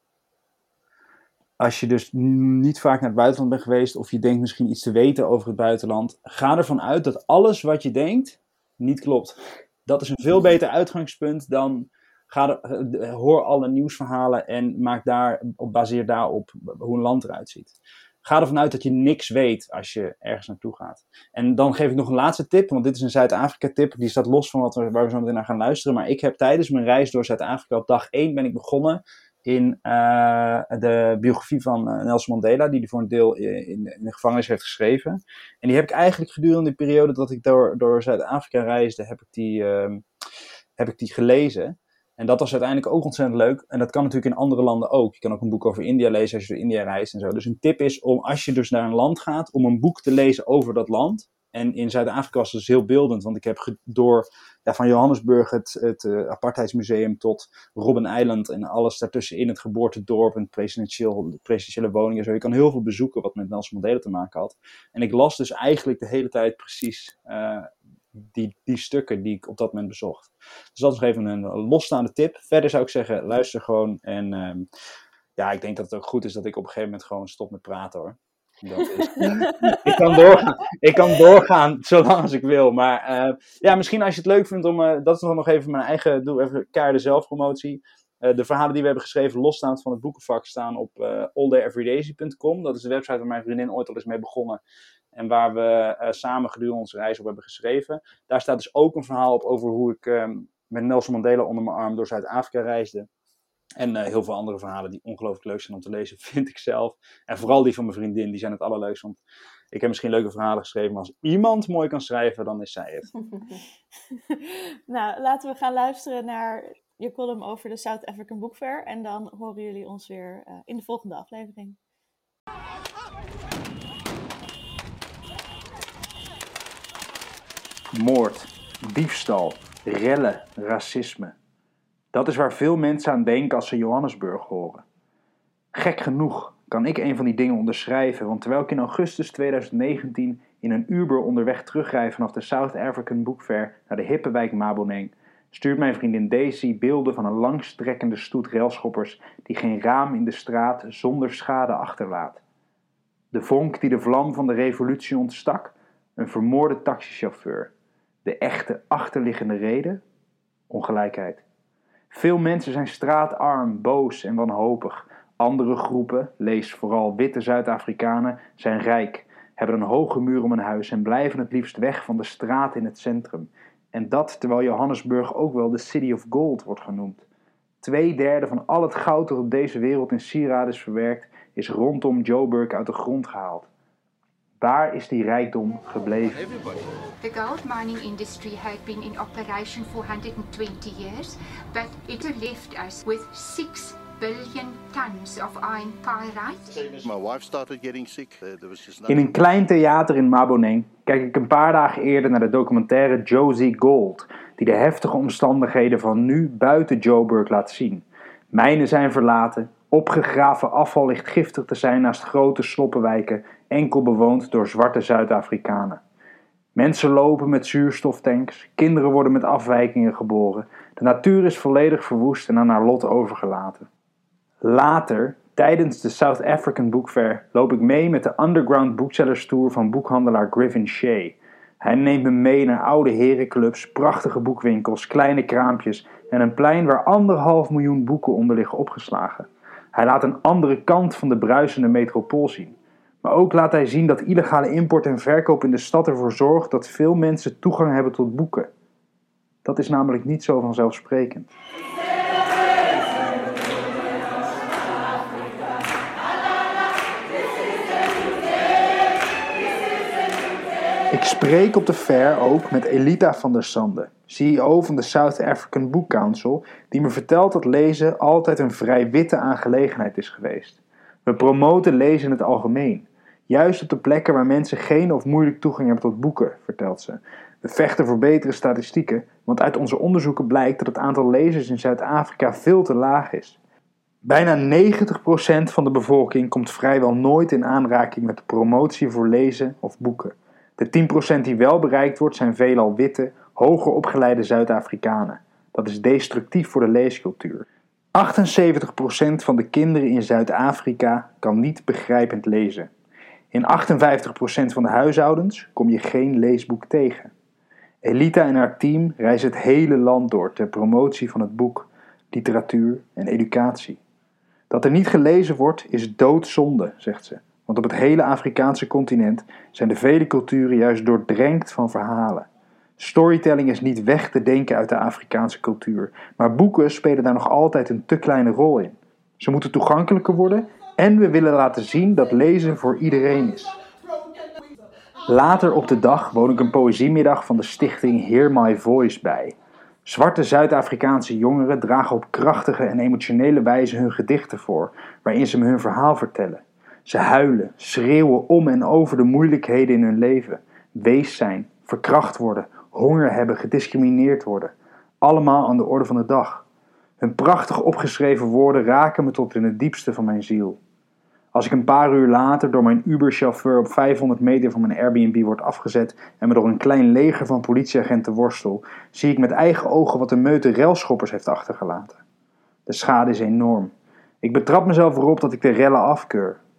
als je dus niet vaak naar het buitenland bent geweest, of je denkt misschien iets te weten over het buitenland, ga ervan uit dat alles wat je denkt niet klopt. Dat is een veel beter uitgangspunt dan ga er, hoor alle nieuwsverhalen en maak daar, baseer daarop hoe een land eruit ziet. Ga ervan uit dat je niks weet als je ergens naartoe gaat. En dan geef ik nog een laatste tip, want dit is een Zuid-Afrika tip. Die staat los van wat we, waar we zo meteen naar gaan luisteren. Maar ik heb tijdens mijn reis door Zuid-Afrika op dag één ben ik begonnen in uh, de biografie van uh, Nelson Mandela. Die hij voor een deel in, in de gevangenis heeft geschreven. En die heb ik eigenlijk gedurende de periode dat ik door, door Zuid-Afrika reisde, heb ik die, uh, heb ik die gelezen. En dat was uiteindelijk ook ontzettend leuk. En dat kan natuurlijk in andere landen ook. Je kan ook een boek over India lezen als je door India reist en zo. Dus een tip is om, als je dus naar een land gaat, om een boek te lezen over dat land. En in Zuid-Afrika was het dus heel beeldend. Want ik heb ge- door ja, van Johannesburg het, het uh, apartheidsmuseum tot Robben Island en alles daartussenin, het geboortedorp en presidentieel, presidentiële woningen. Zo. Je kan heel veel bezoeken wat met Nelson Mandela te maken had. En ik las dus eigenlijk de hele tijd precies uh, die, die stukken die ik op dat moment bezocht. Dus dat is nog even een losstaande tip. Verder zou ik zeggen, luister gewoon. En um, ja, ik denk dat het ook goed is dat ik op een gegeven moment gewoon stop met praten hoor. Dat is... ik, kan doorgaan, ik kan doorgaan zolang als ik wil. Maar uh, ja, misschien als je het leuk vindt om... Uh, dat is nog even mijn eigen... Doe even keiharde zelfpromotie. Uh, de verhalen die we hebben geschreven, losstaand van het boekenvak, staan op uh, all day every daisy punt com. Dat is de website waar mijn vriendin ooit al is mee begonnen. En waar we uh, samen gedurende onze reis op hebben geschreven. Daar staat dus ook een verhaal op over hoe ik um, met Nelson Mandela onder mijn arm door Zuid-Afrika reisde. En uh, heel veel andere verhalen die ongelooflijk leuk zijn om te lezen, vind ik zelf. En vooral die van mijn vriendin, die zijn het allerleukst. Want ik heb misschien leuke verhalen geschreven, maar als iemand mooi kan schrijven, dan is zij het. Nou, laten we gaan luisteren naar je column over de South African Book Fair. En dan horen jullie ons weer uh, in de volgende aflevering. Moord, diefstal, rellen, racisme. Dat is waar veel mensen aan denken als ze Johannesburg horen. Gek genoeg kan ik een van die dingen onderschrijven, want terwijl ik in augustus twintig negentien in een Uber onderweg terugrijd vanaf de South African Book Fair naar de hippe wijk Maboneng, stuurt mijn vriendin Daisy beelden van een langstrekkende stoet railschoppers die geen raam in de straat zonder schade achterlaat. De vonk die de vlam van de revolutie ontstak, een vermoorde taxichauffeur. De echte achterliggende reden? Ongelijkheid. Veel mensen zijn straatarm, boos en wanhopig. Andere groepen, lees vooral witte Zuid-Afrikanen, zijn rijk, hebben een hoge muur om hun huis en blijven het liefst weg van de straat in het centrum. En dat terwijl Johannesburg ook wel de City of Gold wordt genoemd. Twee derde van al het goud dat op deze wereld in sieraden is verwerkt, is rondom Joburg uit de grond gehaald. Waar is die rijkdom gebleven? The gold mining industry had been in operation for one hundred twenty years, but it left us with six billion tons of iron pyrite. My wife started getting sick. There was just In een klein theater in Maboneng kijk ik een paar dagen eerder naar de documentaire Josie Gold, die de heftige omstandigheden van nu buiten Joburg laat zien. Mijnen zijn verlaten, opgegraven afval ligt giftig te zijn naast grote sloppenwijken, enkel bewoond door zwarte Zuid-Afrikanen. Mensen lopen met zuurstoftanks, kinderen worden met afwijkingen geboren, de natuur is volledig verwoest en aan haar lot overgelaten. Later, tijdens de South African Book Fair, loop ik mee met de Underground Booksellers Tour van boekhandelaar Griffin Shea. Hij neemt me mee naar oude herenclubs, prachtige boekwinkels, kleine kraampjes en een plein waar anderhalf miljoen boeken onder liggen opgeslagen. Hij laat een andere kant van de bruisende metropool zien. Maar ook laat hij zien dat illegale import en verkoop in de stad ervoor zorgt dat veel mensen toegang hebben tot boeken. Dat is namelijk niet zo vanzelfsprekend. Ik spreek op de fair ook met Elita van der Sande, C E O van de South African Book Council, die me vertelt dat lezen altijd een vrij witte aangelegenheid is geweest. We promoten lezen in het algemeen. Juist op de plekken waar mensen geen of moeilijk toegang hebben tot boeken, vertelt ze. We vechten voor betere statistieken, want uit onze onderzoeken blijkt dat het aantal lezers in Zuid-Afrika veel te laag is. Bijna negentig procent van de bevolking komt vrijwel nooit in aanraking met de promotie voor lezen of boeken. De tien procent die wel bereikt wordt zijn veelal witte, hoger opgeleide Zuid-Afrikanen. Dat is destructief voor de leescultuur. achtenzeventig procent van de kinderen in Zuid-Afrika kan niet begrijpend lezen. In achtenvijftig procent van de huishoudens kom je geen leesboek tegen. Elita en haar team reizen het hele land door ter promotie van het boek, literatuur en educatie. Dat er niet gelezen wordt is doodzonde, zegt ze. Want op het hele Afrikaanse continent zijn de vele culturen juist doordrenkt van verhalen. Storytelling is niet weg te denken uit de Afrikaanse cultuur, maar boeken spelen daar nog altijd een te kleine rol in. Ze moeten toegankelijker worden en we willen laten zien dat lezen voor iedereen is. Later op de dag woon ik een poëziemiddag van de stichting Hear My Voice bij. Zwarte Zuid-Afrikaanse jongeren dragen op krachtige en emotionele wijze hun gedichten voor, waarin ze me hun verhaal vertellen. Ze huilen, schreeuwen om en over de moeilijkheden in hun leven. Wees zijn, verkracht worden, honger hebben, gediscrimineerd worden. Allemaal aan de orde van de dag. Hun prachtig opgeschreven woorden raken me tot in het diepste van mijn ziel. Als ik een paar uur later door mijn Uber-chauffeur op vijfhonderd meter van mijn Airbnb word afgezet en me door een klein leger van politieagenten worstel, zie ik met eigen ogen wat een meute railschoppers heeft achtergelaten. De schade is enorm. Ik betrap mezelf erop dat ik de rellen afkeur.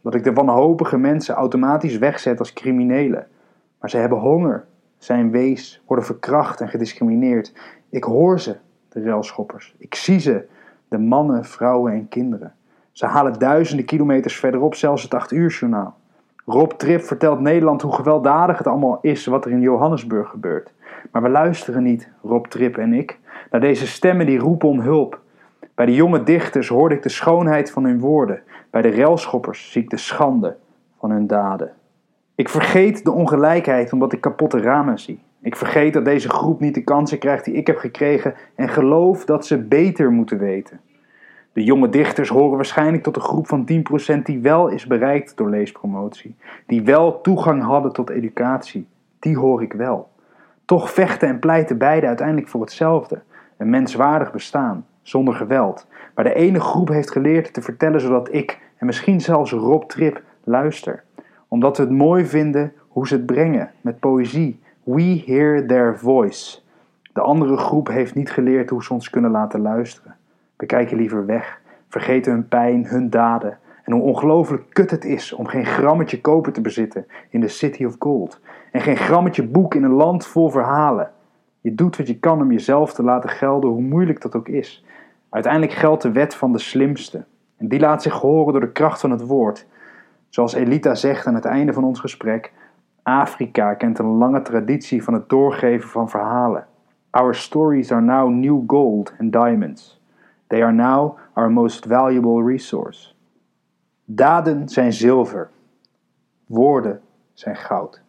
Dat ik de wanhopige mensen automatisch wegzet als criminelen. Maar ze hebben honger, zijn wees, worden verkracht en gediscrimineerd. Ik hoor ze, de railschoppers. Ik zie ze, de mannen, vrouwen en kinderen. Ze halen duizenden kilometers verderop zelfs het acht uur journaal. Rob Trip vertelt Nederland hoe gewelddadig het allemaal is wat er in Johannesburg gebeurt. Maar we luisteren niet, Rob Trip en ik, naar deze stemmen die roepen om hulp. Bij de jonge dichters hoorde ik de schoonheid van hun woorden. Bij de railschoppers zie ik de schande van hun daden. Ik vergeet de ongelijkheid omdat ik kapotte ramen zie. Ik vergeet dat deze groep niet de kansen krijgt die ik heb gekregen en geloof dat ze beter moeten weten. De jonge dichters horen waarschijnlijk tot de groep van tien procent die wel is bereikt door leespromotie. Die wel toegang hadden tot educatie. Die hoor ik wel. Toch vechten en pleiten beide uiteindelijk voor hetzelfde. Een menswaardig bestaan, zonder geweld. Maar de ene groep heeft geleerd te vertellen zodat ik, en misschien zelfs Rob Trip, luister. Omdat we het mooi vinden hoe ze het brengen, met poëzie. We hear their voice. De andere groep heeft niet geleerd hoe ze ons kunnen laten luisteren. We kijken liever weg, vergeten hun pijn, hun daden. En hoe ongelooflijk kut het is om geen grammetje koper te bezitten in de City of Gold. En geen grammetje boek in een land vol verhalen. Je doet wat je kan om jezelf te laten gelden, hoe moeilijk dat ook is. Uiteindelijk geldt de wet van de slimste. En die laat zich horen door de kracht van het woord. Zoals Elita zegt aan het einde van ons gesprek, Afrika kent een lange traditie van het doorgeven van verhalen. Our stories are now new gold and diamonds. They are now our most valuable resource. Daden zijn zilver. Woorden zijn goud.